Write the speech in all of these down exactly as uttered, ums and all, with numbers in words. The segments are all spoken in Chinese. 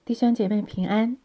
弟兄姐妹平安。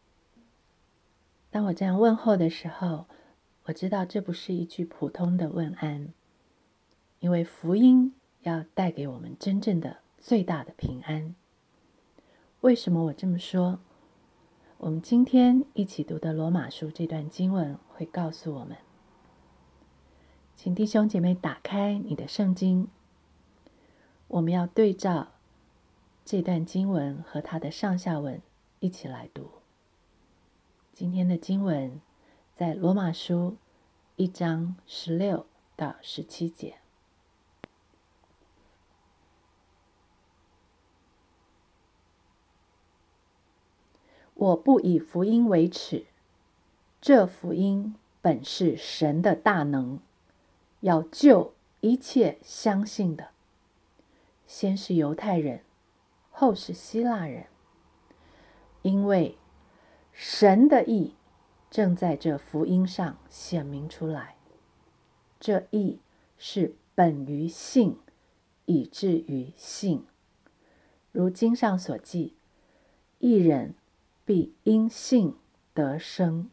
当我这样问候的时候，我知道这不是一句普通的问安，因为福音要带给我们真正的最大的平安。为什么我这么说？我们今天一起读的罗马书这段经文会告诉我们。请弟兄姐妹打开你的圣经，我们要对照这段经文和它的上下文一起来读。今天的经文在罗马书一章十六到十七节。我不以福音为耻，这福音本是神的大能，要救一切相信的，先是犹太人，后是希腊人，因为神的义正在这福音上显明出来。这义是本于信，以至于信。如经上所记，义人必因信得生。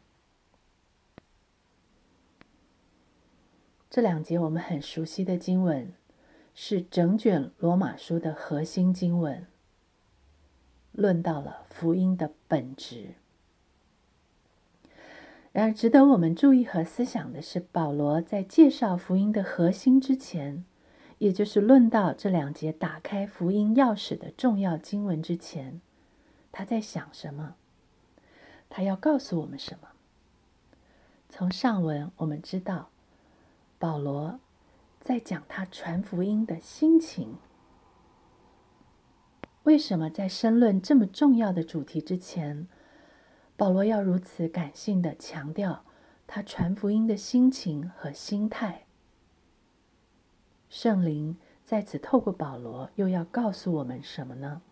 这两节我们很熟悉的经文，是整卷罗马书的核心经文，论到了福音的本质。然而值得我们注意和思想的是，保罗在介绍福音的核心之前，也就是论到这两节打开福音钥匙的重要经文之前，他在想什么？他要告诉我们什么？从上文我们知道，保罗在讲他传福音的心情。为什么在申论这么重要的主题之前，保罗要如此感性地强调他传福音的心情和心态？圣灵在此透过保罗又要告诉我们什么呢？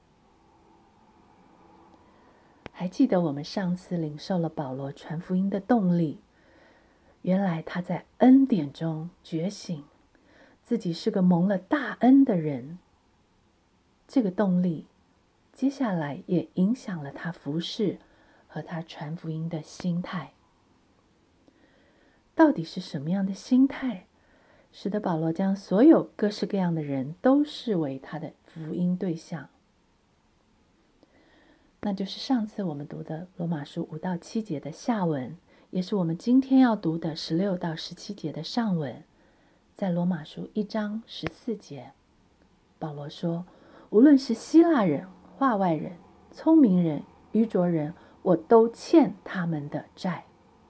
还记得我们上次领受了保罗传福音的动力，原来他在恩典中觉醒，自己是个蒙了大恩的人。这个动力接下来也影响了他服事和他传福音的心态。到底是什么样的心态，使得保罗将所有各式各样的人都视为他的福音对象？那就是上次我们读的罗马书五到七节的下文，也是我们今天要读的十六到十七节的上文。在罗马书一章十四节，保罗说，无论是希腊人、化外人、聪明人、愚拙人，我都欠他们的债。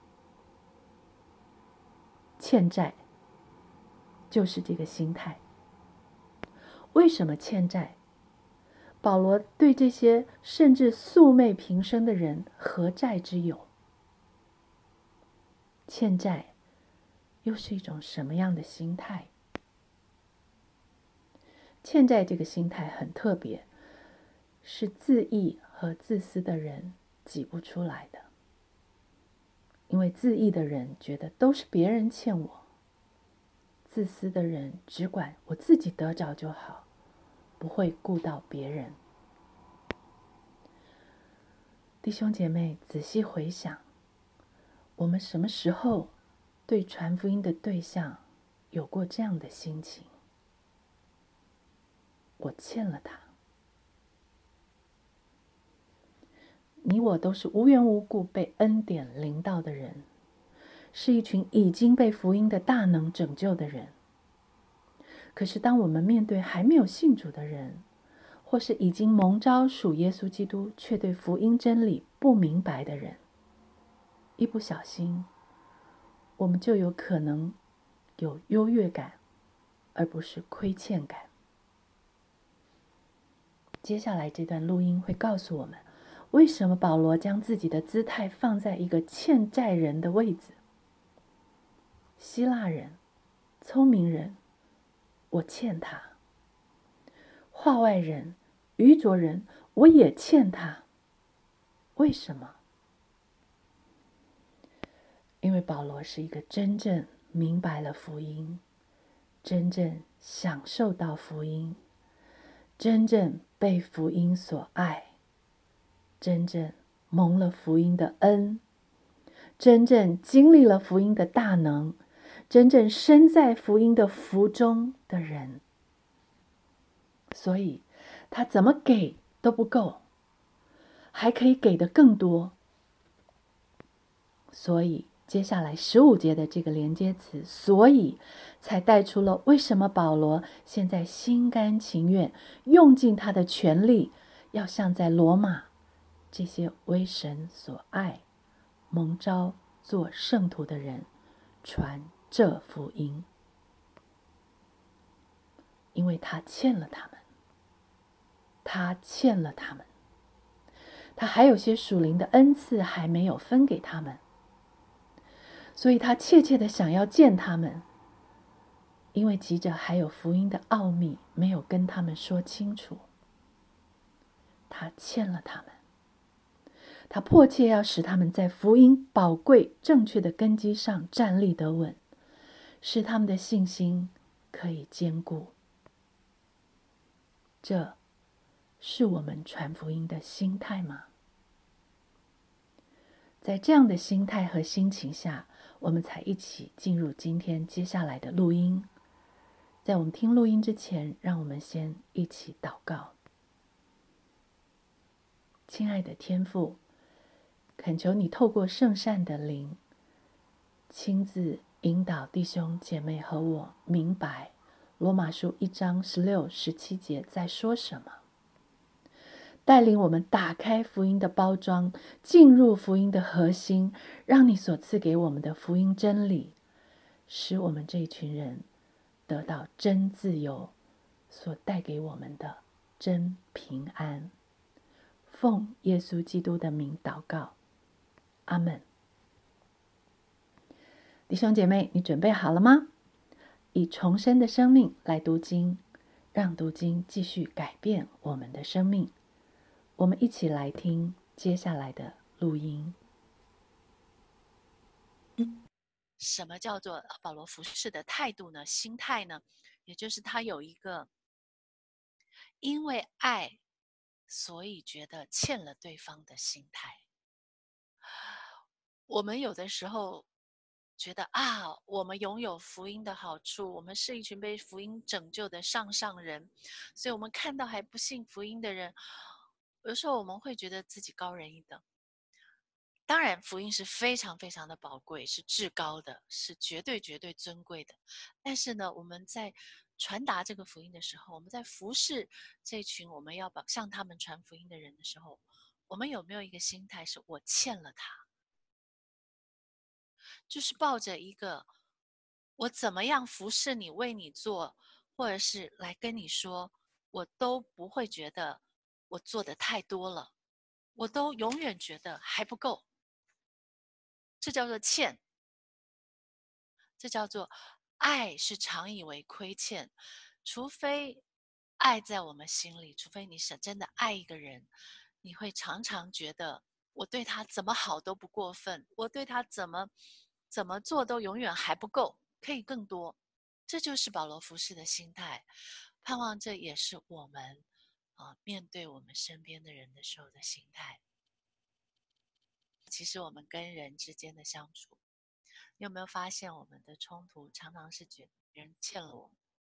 欠债就是这个心态。为什么欠债？保罗对这些甚至素昧平生的人何债之有？欠债又是一种什么样的心态？欠债这个心态很特别，是自义和自私的人挤不出来的。因为自义的人觉得都是别人欠我，自私的人只管我自己得着就好，不会顾到别人。弟兄姐妹，仔细回想，我们什么时候对传福音的对象有过这样的心情？我欠了他。你我都是无缘无故被恩典临到的人，是一群已经被福音的大能拯救的人。可是当我们面对还没有信主的人，或是已经蒙召属耶稣基督却对福音真理不明白的人，一不小心我们就有可能有优越感，而不是亏欠感。接下来这段录音会告诉我们，为什么保罗将自己的姿态放在一个欠债人的位置。希腊人、聪明人，我欠他；化外人、愚拙人，我也欠他。为什么？因为保罗是一个真正明白了福音，真正享受到福音，真正被福音所爱， 真正蒙了福音的恩，真正经历了福音的大能，真正身在福音的福中的人。所以他怎么给都不够，还可以给的更多。所以接下来十五节的这个连接词，所以才带出了为什么保罗现在心甘情愿用尽他的全力，要向在罗马这些为神所爱、蒙召做圣徒的人传这福音。因为他欠了他们，他欠了他们，他还有些属灵的恩赐还没有分给他们，所以他切切的想要见他们，因为急着还有福音的奥秘没有跟他们说清楚。他欠了他们，他迫切要使他们在福音宝贵正确的根基上站立得稳，使他们的信心可以坚固。这是我们传福音的心态吗？在这样的心态和心情下，我们才一起进入今天接下来的录音。在我们听录音之前，让我们先一起祷告。亲爱的天父，恳求你透过圣善的灵，亲自引导弟兄姐妹和我明白罗马书一章十六、十七节在说什么，带领我们打开福音的包装，进入福音的核心，让你所赐给我们的福音真理，使我们这一群人得到真自由所带给我们的真平安。奉耶稣基督的名祷告，阿们。弟兄姐妹，你准备好了吗？以重生的生命来读经，让读经继续改变我们的生命。我们一起来听接下来的录音。 什么叫做保罗服事的态度呢？心态呢？也就是他有一个因为爱所以觉得欠了对方的心态。我们有的时候觉得啊，我们拥有福音的好处，我们是一群被福音拯救的上上人，所以我们看到还不信福音的人，有时候我们会觉得自己高人一等。当然福音是非常非常的宝贵，是至高的，是绝对绝对尊贵的。但是呢，我们在传达这个福音的时候，我们在服侍这群我们要把向他们传福音的人的时候，我们有没有一个心态是我欠了他，就是抱着一个我怎么样服侍你，为你做，或者是来跟你说，我都不会觉得我做的太多了，我都永远觉得还不够。这叫做欠，这叫做爱是常以为亏欠。除非爱在我们心里，除非你是真的爱一个人，你会常常觉得我对他怎么好都不过分，我对他怎么怎么做都永远还不够，可以更多。这就是保罗服事的心态，盼望这也是我们啊面对我们身边的人的时候的心态。其实我们跟人之间的相处，你有没有发现我们的冲突常常是觉得别人欠了我，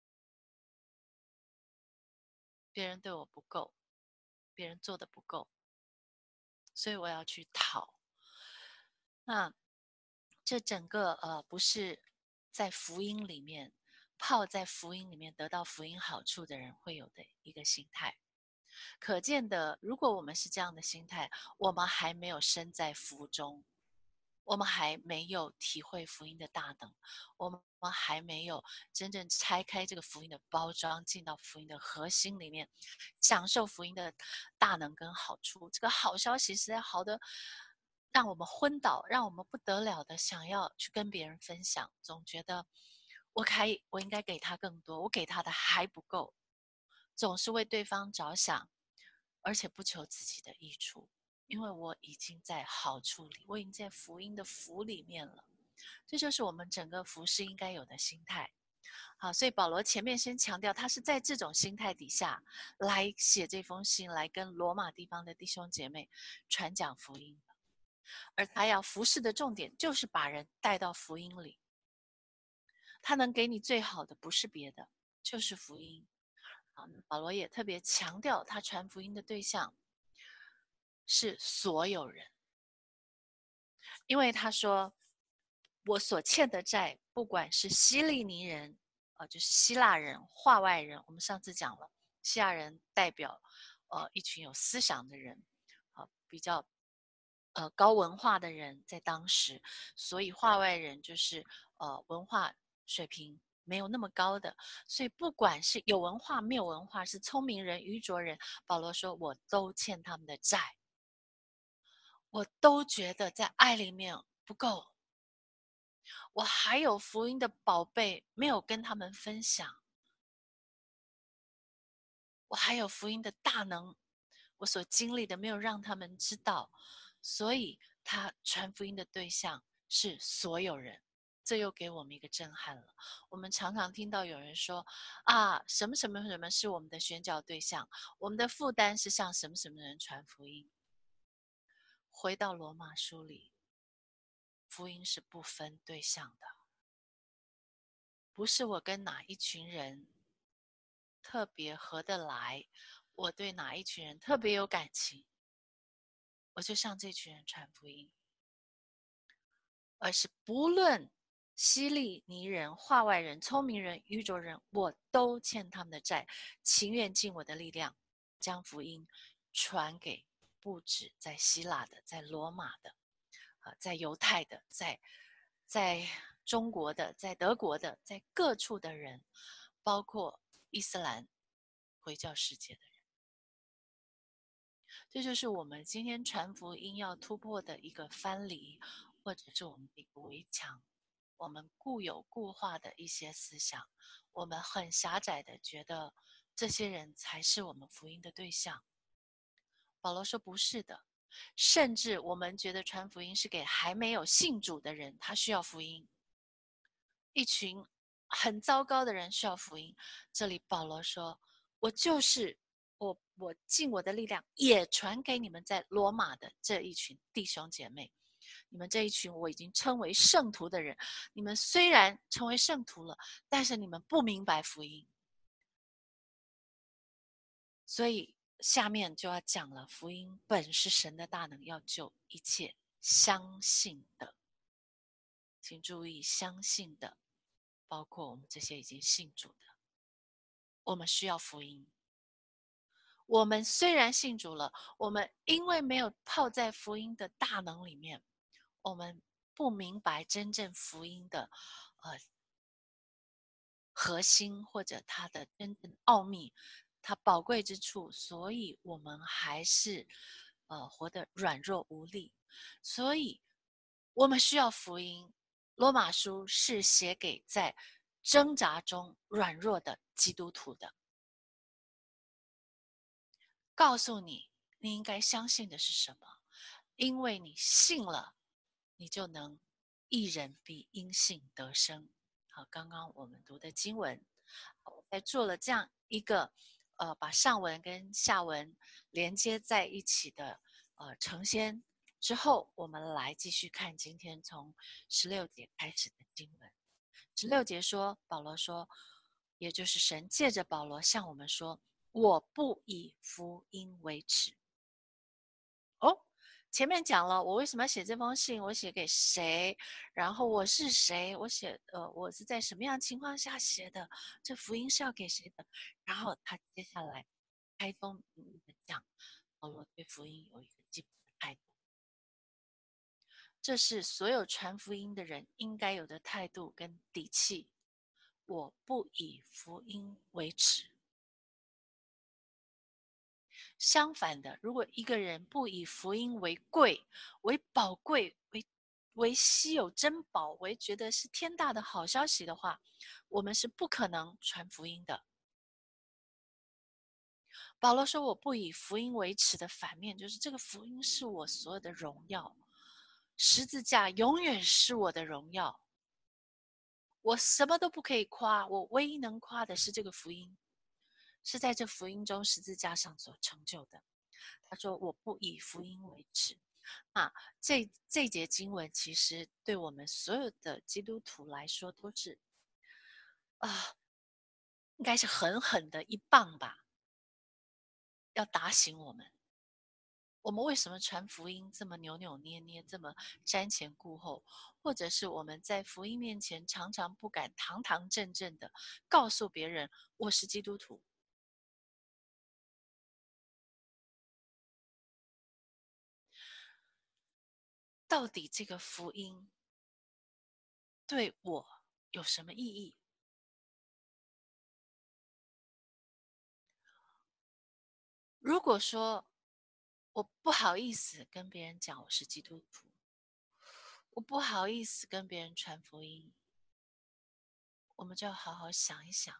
别人对我不够，别人做的不够，所以我要去讨。那这整个呃不是在福音里面泡在福音里面得到福音好处的人会有的一个心态。可见的，如果我们是这样的心态，我们还没有身在福中，我们还没有体会福音的大能，我们还没有真正拆开这个福音的包装，进到福音的核心里面，享受福音的大能跟好处。这个好消息实在好的让我们昏倒，让我们不得了的想要去跟别人分享，总觉得我可以，我应该给他更多，我给他的还不够，总是为对方着想，而且不求自己的益处。因为我已经在好处里，我已经在福音的福里面了。这就是我们整个服事应该有的心态。 好，所以保罗前面先强调，他是在这种心态底下来写这封信，来跟罗马地方的弟兄姐妹传讲福音的。而他要服侍的重点就是把人带到福音里。他能给你最好的不是别的，就是福音。好，保罗也特别强调，他传福音的对象是所有人，因为他说，我所欠的债，不管是希利尼人，呃，就是希腊人、化外人，我们上次讲了，希腊人代表呃一群有思想的人，呃，比较呃高文化的人，在当时，所以化外人就是呃文化水平没有那么高的，所以不管是有文化没有文化，是聪明人、愚拙人，保罗说我都欠他们的债，我都觉得在爱里面不够。我还有福音的宝贝没有跟他们分享，我还有福音的大能，我所经历的没有让他们知道，所以他传福音的对象是所有人。这又给我们一个震撼了。我们常常听到有人说啊，什么什么什么是我们的宣教对象，我们的负担是向什么什么人传福音。回到罗马书里，福音是不分对象的，不是我跟哪一群人特别合得来，我对哪一群人特别有感情，我就向这群人传福音，而是不论希利尼人、化外人、聪明人、愚拙人，我都欠他们的债，情愿尽我的力量，将福音传给不止在希腊的，在罗马的，呃，在犹太的，在在中国的，在德国的，在各处的人，包括伊斯兰回教世界的人。这就是我们今天传福音要突破的一个藩篱，或者是我们的一个围墙。我们固有固化的一些思想，我们很狭窄的觉得这些人才是我们福音的对象。保罗说不是的，甚至我们觉得传福音是给还没有信主的人，他需要福音。一群很糟糕的人需要福音。这里保罗说，我就是我，我尽我的力量也传给你们在罗马的这一群弟兄姐妹。你们这一群我已经称为圣徒的人，你们虽然成为圣徒了，但是你们不明白福音。所以下面就要讲了，福音本是神的大能，要救一切相信的。请注意，相信的包括我们这些已经信主的。我们需要福音。我们虽然信主了，我们因为没有泡在福音的大能里面，我们不明白真正福音的呃核心，或者它的真正奥秘，它宝贵之处，所以我们还是呃活得软弱无力。所以我们需要福音。罗马书是写给在挣扎中软弱的基督徒的，告诉你你应该相信的是什么，因为你信了，你就能一人必因信得生。好，刚刚我们读的经文，我在做了这样一个呃，把上文跟下文连接在一起的呃呈现之后，我们来继续看今天从十六节开始的经文。十六节说，保罗说，也就是神借着保罗向我们说，我不以福音为耻。哦，前面讲了我为什么要写这封信，我写给谁，然后我是谁，我写呃我是在什么样情况下写的，这福音是要给谁的。然后他接下来开宗明义的讲，保罗对福音有一个基本的态度，这是所有传福音的人应该有的态度跟底气。我不以福音为耻。相反的，如果一个人不以福音为贵、为宝贵、为为稀有珍宝、为觉得是天大的好消息的话，我们是不可能传福音的。保罗说：“我不以福音为耻”的反面就是这个福音是我所有的荣耀，十字架永远是我的荣耀。 我什么都不可以夸，我唯一能夸的是这个福音，是在这福音中十字架上所成就的。他说：“我不以福音为耻。”啊，这这节经文其实对我们所有的基督徒来说都是啊，应该是狠狠的一棒吧，要打醒我们。我们为什么传福音这么扭扭捏捏，这么瞻前顾后，或者是我们在福音面前常常不敢堂堂正正的告诉别人我是基督徒？到底这个福音对我有什么意义？如果说我不好意思跟别人讲我是基督徒，我不好意思跟别人传福音，我们就要好好想一想，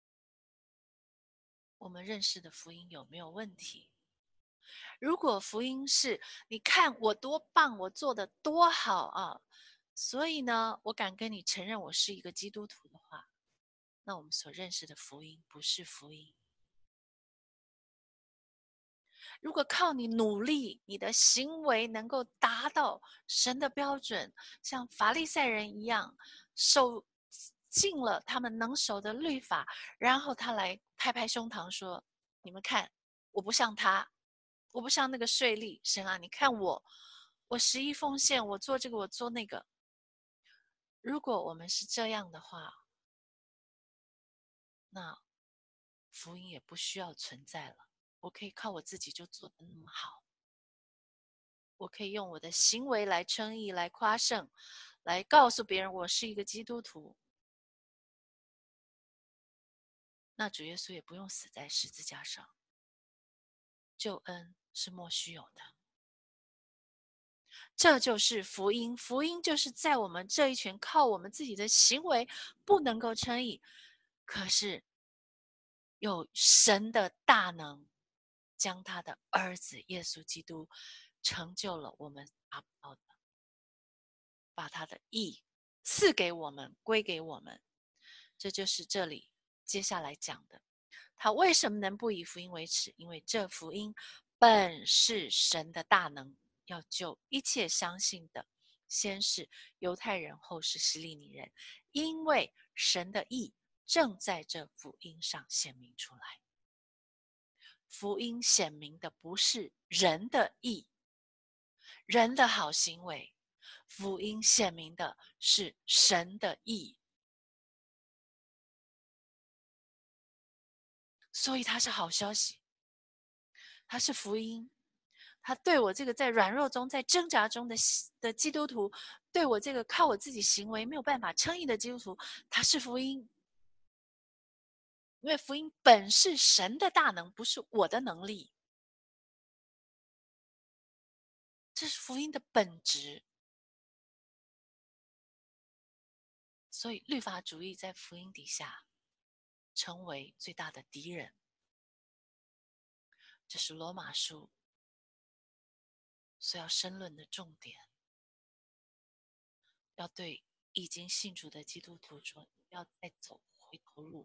我们认识的福音有没有问题？如果福音是你看我多棒，我做的多好啊，所以呢，我敢跟你承认我是一个基督徒的话，那我们所认识的福音不是福音。如果靠你努力，你的行为能够达到神的标准，像法利赛人一样，守尽了他们能守的律法，然后他来拍拍胸膛说：“你们看，我不像他，我不像那个税吏，神啊，你看我，我十一奉献，我做这个，我做那个。”如果我们是这样的话，那福音也不需要存在了。我可以靠我自己就做得那么好。我可以用我的行为来称义，来夸胜，来告诉别人我是一个基督徒。那主耶稣也不用死在十字架上，救恩是莫须有的。这就是福音，福音就是在我们这一群靠我们自己的行为不能够称义，可是有神的大能，将他的儿子耶稣基督成就了我们达不到的。把他的义赐给我们，归给我们。这就是这里接下来讲的。他为什么能不以福音为耻？因为这福音本是神的大能，要救一切相信的，先是犹太人，后是希利尼人。因为神的义正在这福音上显明出来。福音显明的不是人的义，人的好行为，福音显明的是神的义，所以它是好消息，它是福音，它对我这个在软弱中、在挣扎中的的基督徒，对我这个靠我自己行为没有办法称义的基督徒，它是福音，因为福音本是神的大能，不是我的能力，这是福音的本质。所以律法主义在福音底下成为最大的敌人。这是罗马书所要申论的重点，要对已经信主的基督徒说，不要再走回头路。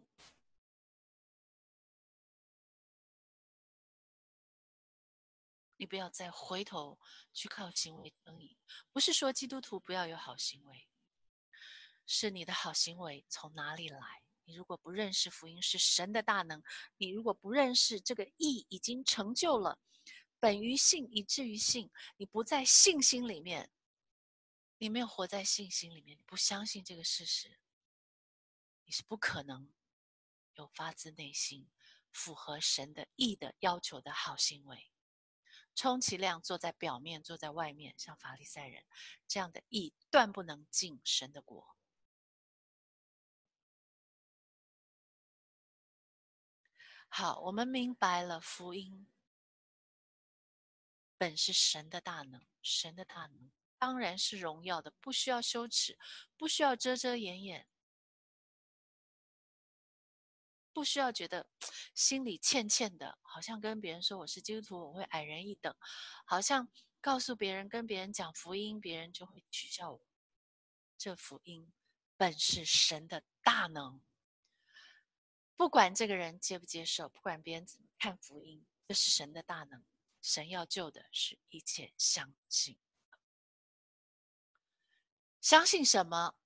你不要再回头去靠行为称义。不是说基督徒不要有好行为，是你的好行为从哪里来？你如果不认识福音是神的大能，你如果不认识这个义已经成就了，本于信以至于信，你不在信心里面，你没有活在信心里面，你不相信这个事实，你是不可能有发自内心符合神的义的要求的好行为。充其量坐在表面，坐在外面，像法利赛人这样的义断不能进神的国。好，我们明白了福音本是神的大能，神的大能当然是荣耀的，不需要羞耻，不需要遮遮掩掩，不需要觉得心里欠欠的，好像跟别人说我是基督徒，我会矮人一等，好像告诉别人跟别人讲福音，别人就会取笑我。这福音本是神的大能。不管这个人接不接受，不管别人怎么看福音，这是神的大能。神要救的是一切相信。相信什么？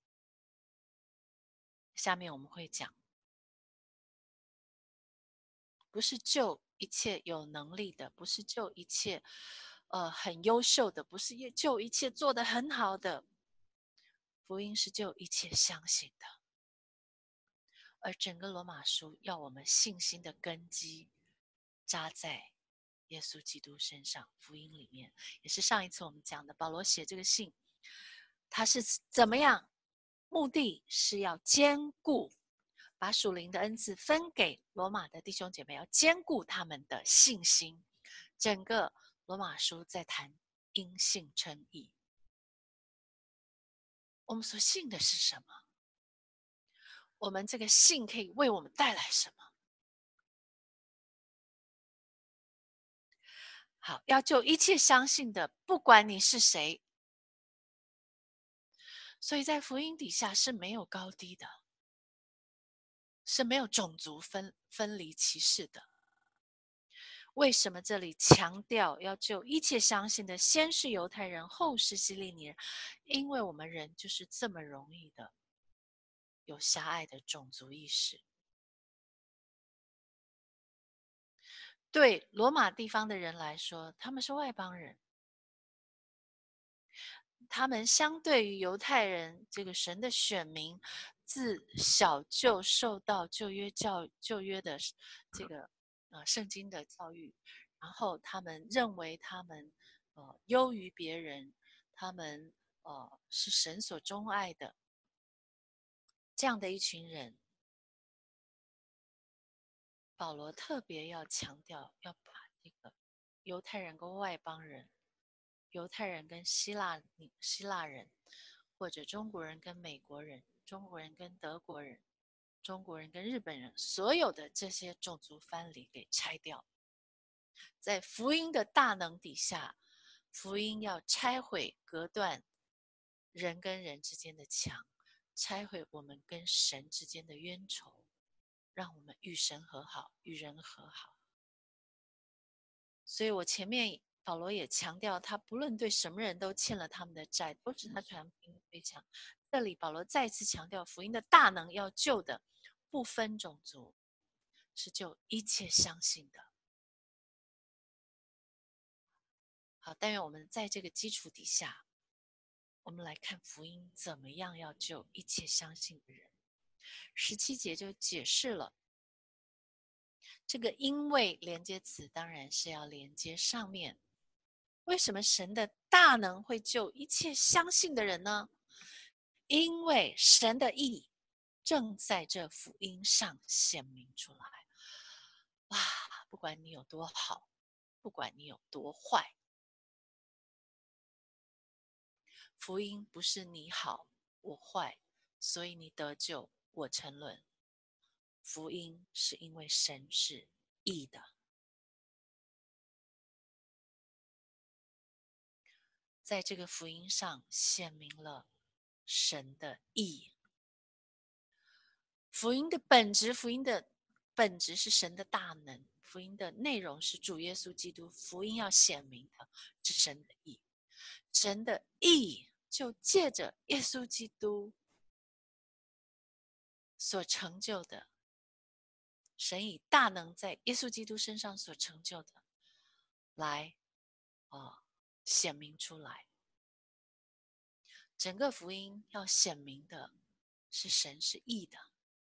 下面我们会讲，不是救一切有能力的，不是救一切呃很优秀的，不是救一切做得很好的。福音是救一切相信的。而整个罗马书要我们信心的根基扎在耶稣基督身上，福音里面，也是上一次我们讲的，保罗写这个信，他是怎么样？目的是要兼顾，把属灵的恩赐分给罗马的弟兄姐妹，要兼顾他们的信心。整个罗马书在谈因信称义。我们所信的是什么？我们这个信可以为我们带来什么？好，要救一切相信的，不管你是谁。所以在福音底下是没有高低的，是没有种族分分离歧视的。为什么这里强调要救一切相信的，先是犹太人，后是希利尼人？因为我们人就是这么容易的有狭隘的种族意识。对罗马地方的人来说，他们是外邦人，他们相对于犹太人这个神的选民，自小就受到旧约教旧约的这个呃圣经的教育，然后他们认为他们呃优于别人，他们呃是神所钟爱的这样的一群人。保罗特别要强调，要把这个犹太人跟外邦人，犹太人跟希腊希腊人，或者中国人跟美国人，中国人跟德国人，中国人跟日本人，所有的这些种族藩篱给拆掉。在福音的大能底下，福音要拆毁隔断人跟人之间的墙，拆毁我们跟神之间的冤仇，让我们与神和好，与人和好。所以我前面保罗也强调，他不论对什么人都欠了他们的债，都是他传福音的对象。这里保罗再次强调，福音的大能要救的不分种族，是救一切相信的。好，但愿我们在这个基础底下，我们来看福音怎么样要救一切相信的人。十七节就解释了这个因为连接词，当然是要连接上面。为什么神的大能会救一切相信的人呢？因为神的义正在这福音上显明出来。哇，不管你有多好，不管你有多坏，福音不是你好我坏，所以你得救我沉沦。福音是因为神是义的。在这个福音上显明了神的义。福音的本质，福音的本质是神的大能，福音的内容是主耶稣基督，福音要显明的是神的义。神的义就借着耶稣基督所成就的，神以大能在耶稣基督身上所成就的来呃显明出来。整个福音要显明的是神是义的，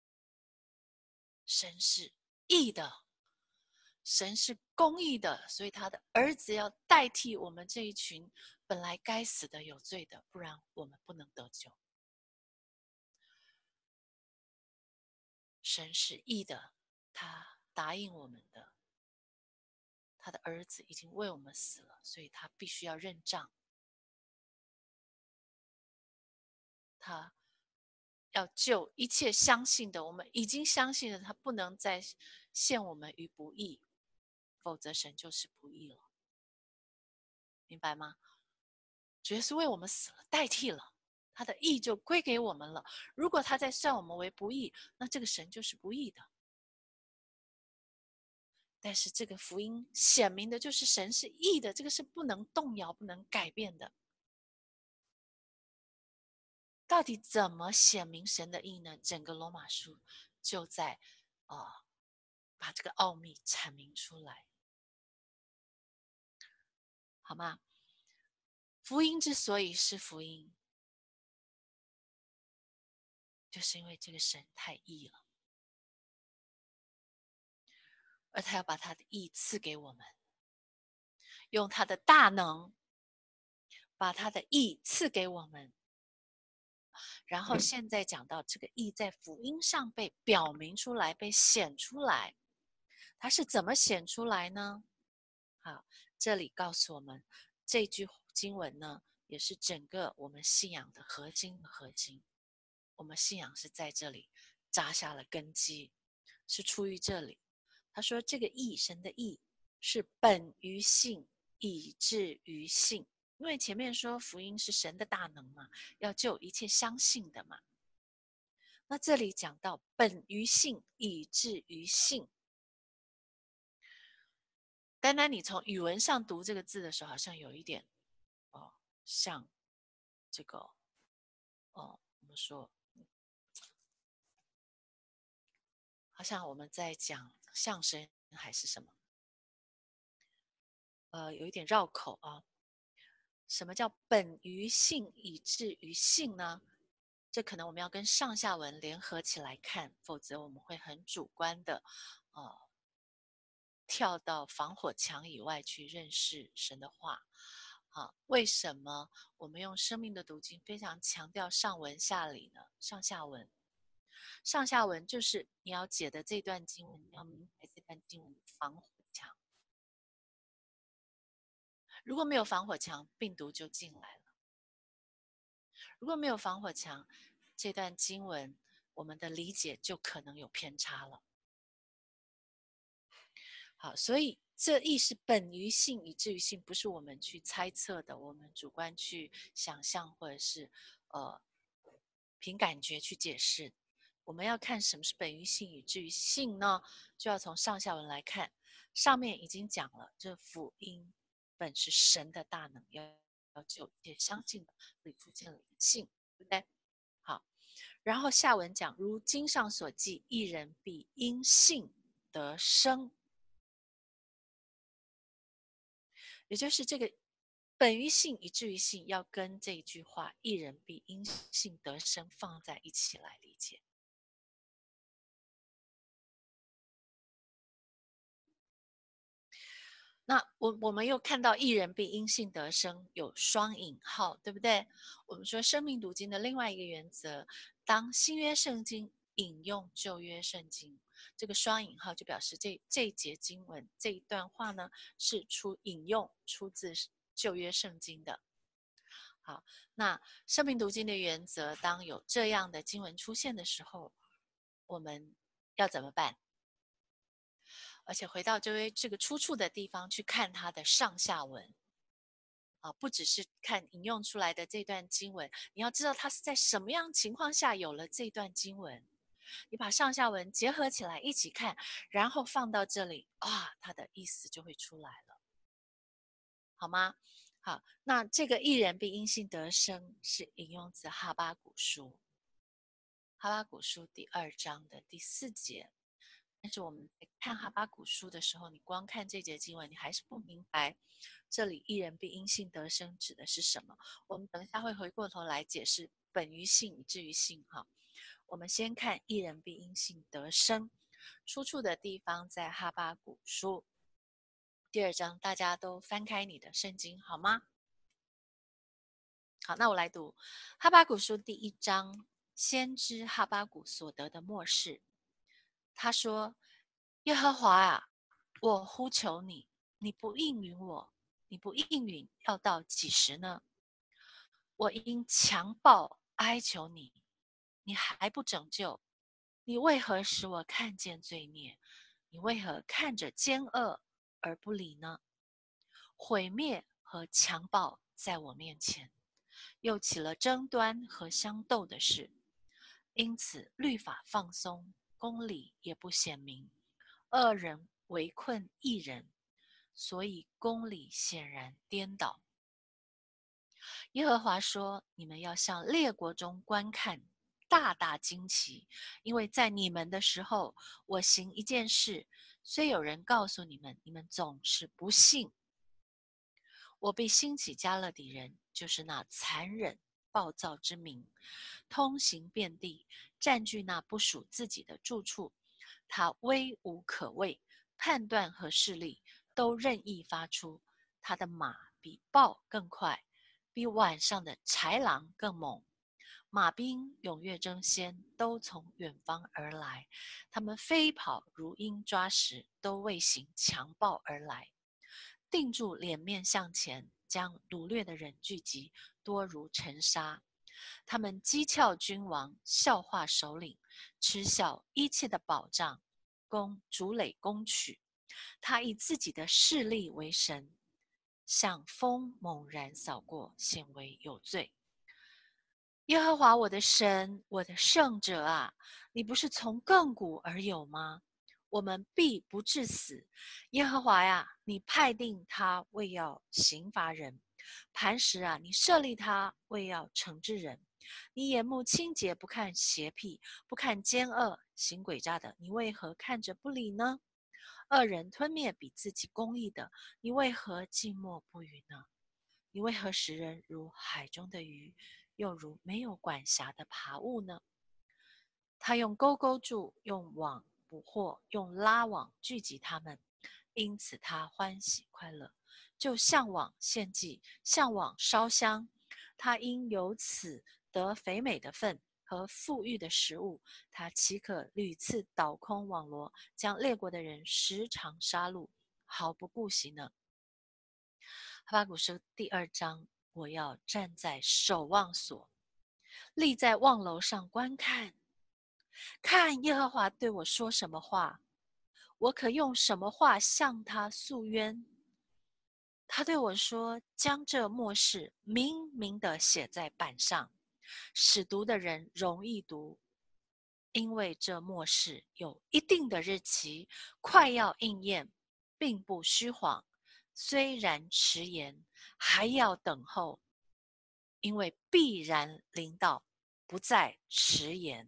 神是义的，神是公义的，所以他的儿子要代替我们这一群本来该死的有罪的，不然我们不能得救。神是义的，他答应我们的，他的儿子已经为我们死了，所以他必须要认账，他要救一切相信的，我们已经相信了，他不能再陷我们于不义，否则神就是不义了，明白吗？主耶稣为我们死了，代替了， 他的义就归给我们了。如果他在算我们为不义，那这个神就是不义的。但是这个福音显明的就是神是义的，这个是不能动摇、不能改变的。到底怎么显明神的义呢？整个罗马书就在呃把这个奥秘阐明出来，好吗？福音之所以是福音，就是因为这个神太义了，而他要把他的义赐给我们，用他的大能把他的义赐给我们。然后现在讲到这个义在福音上被表明出来，被显出来，它是怎么显出来呢？好，这里告诉我们，这句经文呢，也是整个我们信仰的核心的核心。我们信仰是在这里扎下了根基，是出于这里。他说，这个义，神的义，是本于信，以至于信。因为前面说福音是神的大能嘛，要救一切相信的嘛。那这里讲到本于信，以至于信。单单你从语文上读这个字的时候，好像有一点，哦，像这个，哦，我们说，好像我们在讲相声还是什么，呃，有一点绕口啊。什么叫本于信，以至于信呢？这可能我们要跟上下文联合起来看，否则我们会很主观的，呃，跳到防火墙以外去认识神的话。啊，为什么我们用生命的读经非常强调上文下理呢？上下文，上下文就是你要解的这段经文，你要明白这段经文的防火墙。如果没有防火墙，病毒就进来了。如果没有防火墙，这段经文我们的理解就可能有偏差了。好，所以这义是本于信，以至于信，不是我们去猜测的，我们主观去想象，或者是呃凭感觉去解释。我们要看什么是本于信，以至于信呢？就要从上下文来看。上面已经讲了，这福音本是神的大能，要要救一切相信的，这里出现了信，对不对？好，然后下文讲，如经上所记，一人必因信得生。也就是这个本于信，以至于信，要跟这一句话一人必因信得生放在一起来理解。那我我们又看到一人必因信得生有双引号，对不对？我们说生命读经的另外一个原则，当新约圣经引用旧约圣经，这个双引号就表示这这一节经文这一段话呢是出引用出自旧约圣经的。好，那生命读经的原则，当有这样的经文出现的时候，我们要怎么办？而且回到这位这个出处的地方去看它的上下文啊，不只是看引用出来的这段经文，你要知道它是在什么样情况下有了这段经文。你把上下文结合起来一起看，然后放到这里啊，它的意思就会出来了，好吗？好，那这个一人必因信得生是引用自哈巴谷书，哈巴谷书第二章的第四节。但是我们在看哈巴谷书的时候，你光看这节经文，你还是不明白这里一人必因信得生指的是什么。我们等一下会回过头来解释本于信以至于信哈。我们先看一人必因信得生，出处的地方在哈巴谷书第二章，大家都翻开你的圣经好吗？好，那我来读哈巴谷书第一章，先知哈巴谷所得的默示。他说：耶和华啊，我呼求你，你不应允我，你不应允，要到几时呢？我因强暴哀求你，你还不拯救，你为何使我看见罪孽？你为何看着奸恶而不理呢？毁灭和强暴在我面前， 又起了争端和相斗的事。因此律法放松，公理也不显明，恶人围困一人，所以公理显然颠倒。耶和华说：你们要向列国中观看，大大惊奇，因为在你们的时候，我行一件事，虽有人告诉你们，你们总是不信。我必兴起迦勒底人，就是那残忍暴躁之民，通行遍地，占据那不属自己的住处。他威无可畏，判断和势力都任意发出。他的马比豹更快，比晚上的豺狼更猛。马兵踊跃争先，都从远方而来。他们飞跑如鹰抓食，都为行强暴而来。定住脸面向前，将掳掠的人聚集，多如尘沙。他们讥诮君王，笑话首领，嗤笑一切的保障，攻筑垒攻取。他以自己的势力为神，像风猛然扫过，显为有罪。耶和华我的神，我的圣者啊，你不是从亘古而有吗？我们必不致死。耶和华呀，你派定他为要刑罚人；磐石啊，你设立他为要惩治人。你眼目清洁，不看邪僻，不看奸恶，行诡诈的，你为何看着不理呢？恶人吞灭比自己公义的，你为何静默不语呢？你为何使人如海中的鱼，又如没有管辖的爬物呢？他用钩钩住，用网捕获，用拉网聚集他们，因此他欢喜快乐，就向往献祭，向往烧香。他因有此得肥美的份和富裕的食物，他岂可屡次倒空网罗，将列国的人时常杀戮，毫不顾惜呢？哈巴谷书第二章，我要站在守望所，立在望楼上观看，看耶和华对我说什么话，我可用什么话向他诉冤？他对我说：将这末世明明地写在板上，使读的人容易读，因为这末世有一定的日期，快要应验，并不虚晃。虽然迟延，还要等候，因为必然临到，不再迟延。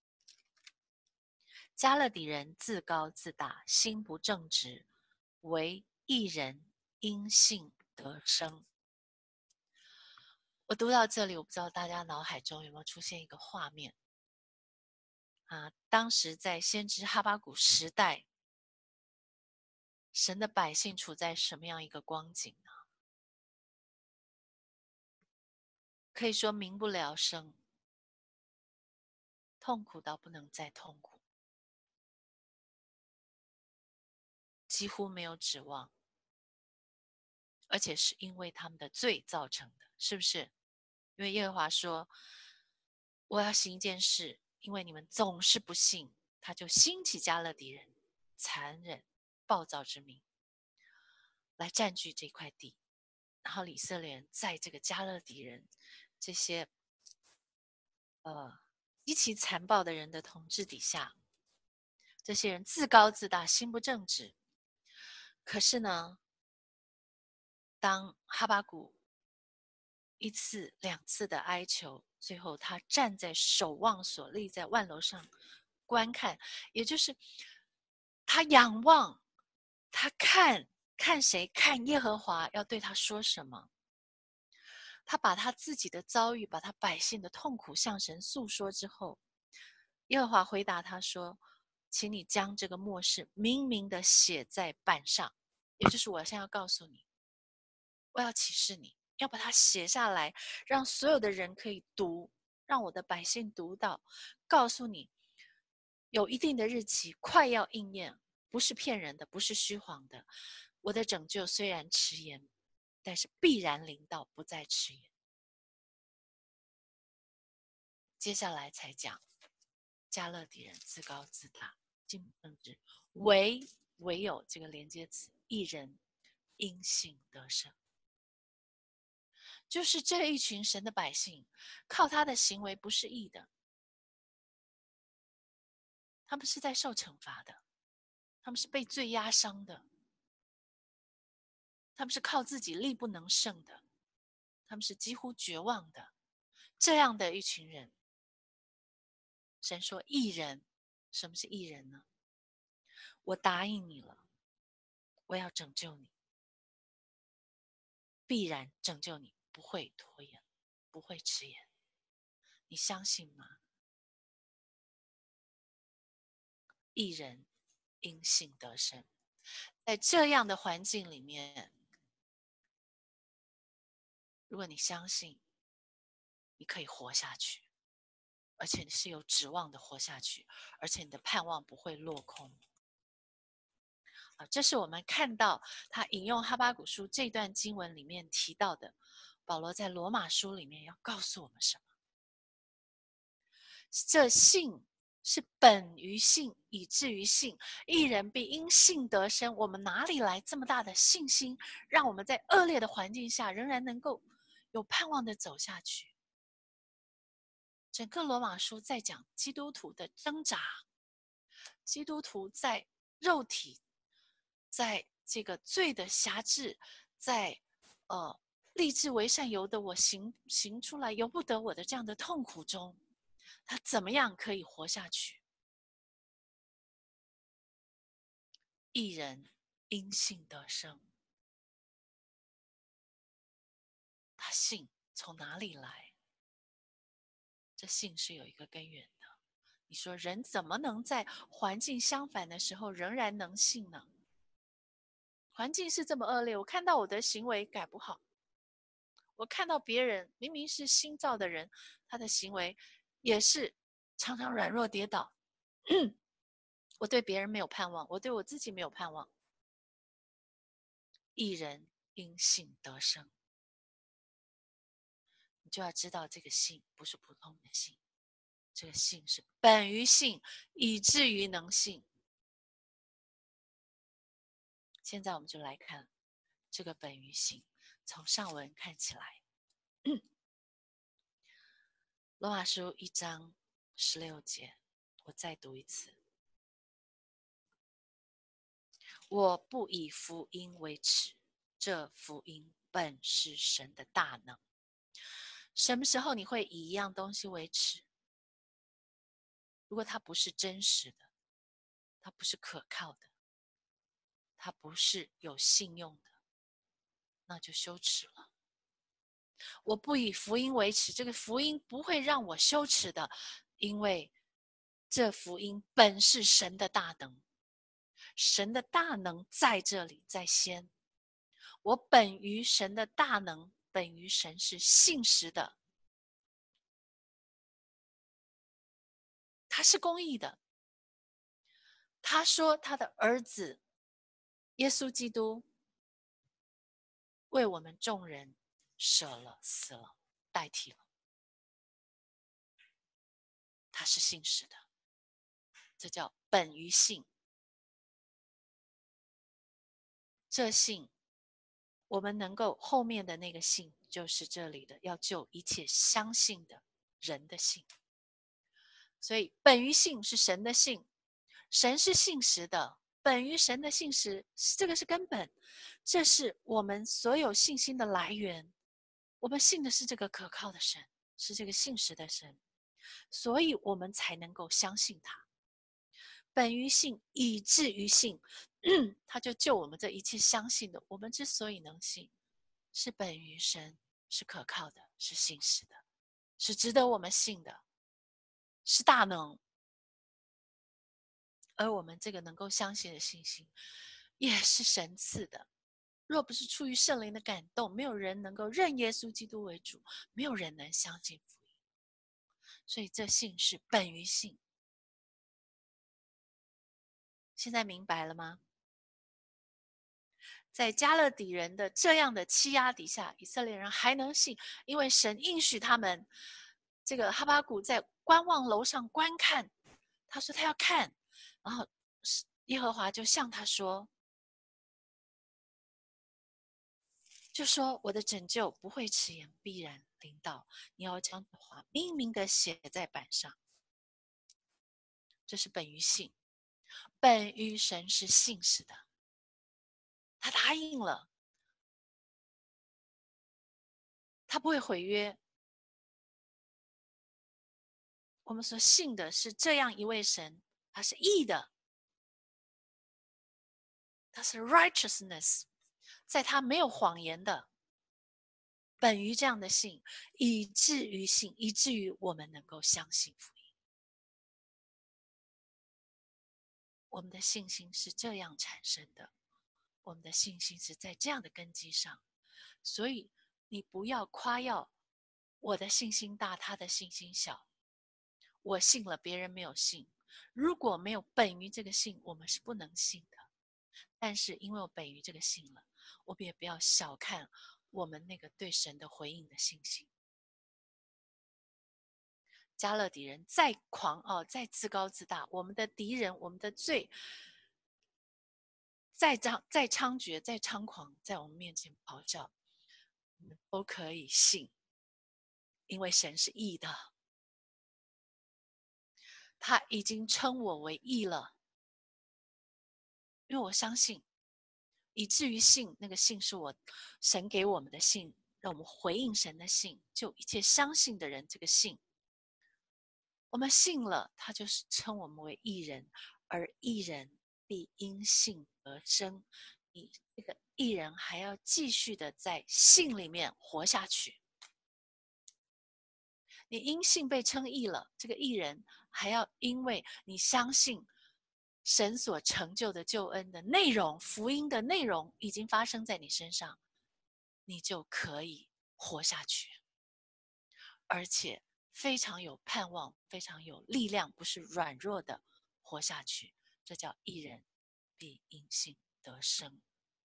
迦勒底人自高自大，心不正直，唯一人因信得生。我读到这里，我不知道大家脑海中有没有出现一个画面啊？当时在先知哈巴谷时代，神的百姓处在什么样一个光景呢？可以说民不聊生，痛苦到不能再痛苦，几乎没有指望，而且是因为他们的罪造成的，是不是？因为耶和华说，我要行一件事，因为你们总是不信，他就兴起迦勒底人，残忍暴躁之民，来占据这块地。然后以色列人在这个迦勒底人这些呃极其残暴的人的统治底下，这些人自高自大，心不正直。可是呢，当哈巴谷一次两次的哀求，最后他站在守望所，立在万楼上观看，也就是他仰望，他看看谁？看耶和华要对他说什么。他把他自己的遭遇，把他百姓的痛苦向神诉说之后，耶和华回答他说：请你将这个末世明明的写在板上，也就是我现在要告诉你，我要启示你，要把它写下来，让所有的人可以读，让我的百姓读到，告诉你有一定的日期，快要应验，不是骗人的，不是虚晃的。我的拯救虽然迟延，但是必然临到，不再迟延。接下来才讲迦勒底人自高自大，心不正直，唯唯有这个连接词，一人因信得生。 就是这一群神的百姓，靠他的行为不是义的，他们是在受惩罚的，他们是被罪压伤的，他们是靠自己力不能胜的，他们是几乎绝望的。这样的一群人，神说义人，什么是义人呢？我答应你了，我要拯救你，必然拯救你，不会拖延，不会迟延。你相信吗？义人因信得生。在这样的环境里面，如果你相信，你可以活下去，而且你是有指望的活下去，而且你的盼望不会落空。啊，这是我们看到他引用哈巴谷书这段经文里面提到的，保罗在罗马书里面要告诉我们什么？这信是本于信，以至于信，义人必因信得生。我们哪里来这么大的信心，让我们在恶劣的环境下仍然能够有盼望的走下去？整个罗马书在讲基督徒的挣扎，基督徒在肉体，在这个罪的辖制，在呃立志为善由得我行行出来由不得我的这样的痛苦中，他怎么样可以活下去？义人因信得生，他信从哪里来？这信是有一个根源的。你说人怎么能在环境相反的时候仍然能信呢？环境是这么恶劣，我看到我的行为改不好，我看到别人明明是新造的人，他的行为也是常常软弱跌倒。我对别人没有盼望，我对我自己没有盼望。义人因信得生，你就要知道这个信不是普通的信，这个信是本于信，以至于能信。现在我们就来看这个本于信，从上文看起来，罗马书一章十六节，我再读一次。我不以福音为耻，这福音本是神的大能。什么时候你会以一样东西为耻？如果它不是真实的，它不是可靠的，它不是有信用的，那就羞耻了。我不以福音为耻，这个福音不会让我羞耻的，因为这福音本是神的大能，神的大能在这里，在先。我本于神的大能，本于神是信实的，他是公义的。他说他的儿子耶稣基督为我们众人舍了、死了、代替了，他是信实的，这叫本于信。这信我们能够后面的那个信就是这里的要救一切相信的人的信。所以本于信是神的信，神是信实的，本于神的信实，这个是根本，这是我们所有信心的来源。我们信的是这个可靠的神，是这个信实的神，所以我们才能够相信他。本于信，以至于信，他就救我们这一切相信的。我们之所以能信，是本于神，是可靠的，是信实的，是值得我们信的，是大能。而我们这个能够相信的信心，也是神赐的。若不是出于圣灵的感动，没有人能够认耶稣基督为主，没有人能相信福音。所以这信是本于信。现在明白了吗？在加勒底人的这样的欺压底下，以色列人还能信，因为神应许他们。这个哈巴谷在观望楼上观看，他说他要看，然后耶和华就向他说， 就说我的拯救不会迟延，必然临到。你要将这话明明的写在板上。这是本于信，本于神是信实的，他答应了，他不会毁约。我们所信的是这样一位神，他是义的，他是 righteousness， 在他没有谎言的。本于这样的信，以至于信，以至于我们能够相信福音。我们的信心是这样产生的，我们的信心是在这样的根基上。所以你不要夸耀我的信心大，他的信心小。我信了，别人没有信。如果没有本于这个信，我们是不能信的。但是因为我本于这个信了，我们也不要小看我们那个对神的回应的信心。加勒底人再狂傲，再自高自大，我们的敌人，我们的罪再张再猖獗，再猖狂，在我们面前咆哮，我们都可以信，因为神是义的，他已经称我为义了。因为我相信，以至于信，那个信是我神给我们的信，让我们回应神的信，就一切相信的人，这个信，我们信了，他就是称我们为义人，而义人必因信而生。你这个义人还要继续的在信里面活下去。你因信被称义了，这个义人还要因为你相信神所成就的救恩的内容，福音的内容已经发生在你身上，你就可以活下去，而且非常有盼望，非常有力量，不是软弱的活下去。这叫义人必因信得生，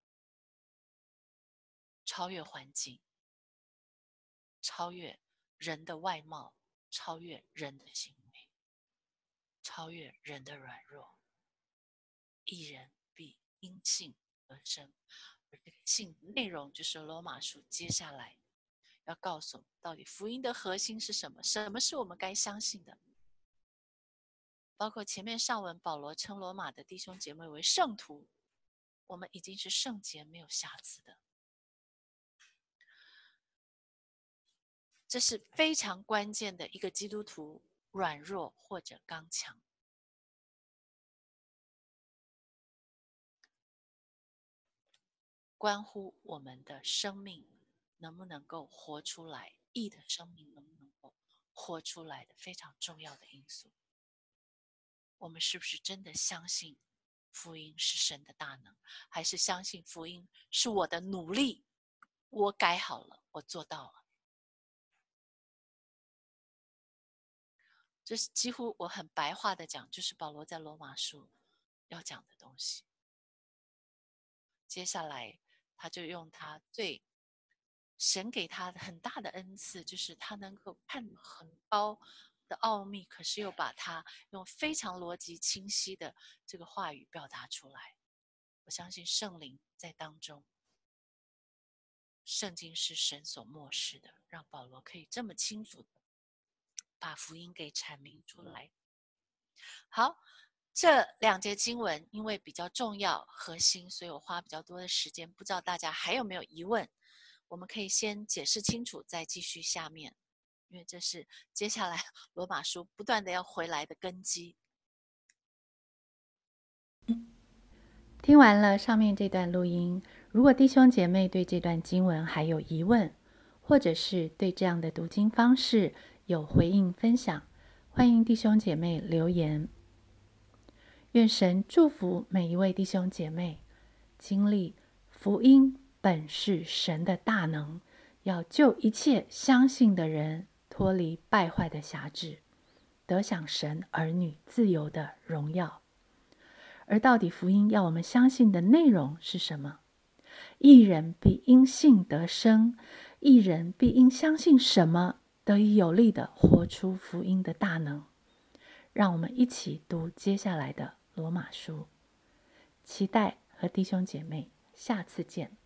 超越环境，超越人的外貌，超越人的行为，超越人的软弱。义人必因信而生，而这个信内容就是罗马书接下来要告诉我们，到底福音的核心是什么？什么是我们该相信的？包括前面上文保罗称罗马的弟兄姐妹为圣徒，我们已经是圣洁没有瑕疵的。这是非常关键的一个基督徒软弱或者刚强。关乎我们的生命能不能够活出来，义的生命能不能够活出来的非常重要的因素。我们是不是真的相信福音是神的大能，还是相信福音是我的努力，我改好了，我做到了？这是几乎我很白话的讲，就是保罗在罗马书要讲的东西。接下来他就用他最神给他很大的恩赐，就是他能够看很高的奥秘，可是又把它用非常逻辑清晰的这个话语表达出来。我相信圣灵在当中，圣经是神所默示的，让保罗可以这么清楚的把福音给阐明出来。好，这两节经文因为比较重要核心，所以我花比较多的时间，不知道大家还有没有疑问？我们可以先解释清楚，再继续下面，因为这是接下来罗马书不断的要回来的根基。 听完了上面这段录音，如果弟兄姐妹对这段经文还有疑问，或者是对这样的读经方式有回应分享，欢迎弟兄姐妹留言。愿神祝福每一位弟兄姐妹，经历福音本是神的大能，要救一切相信的人脱离败坏的辖制，得享神儿女自由的荣耀。而到底福音要我们相信的内容是什么？义人必因信得生，义人必因相信什么得以有力的活出福音的大能。让我们一起读接下来的罗马书，期待和弟兄姐妹下次见。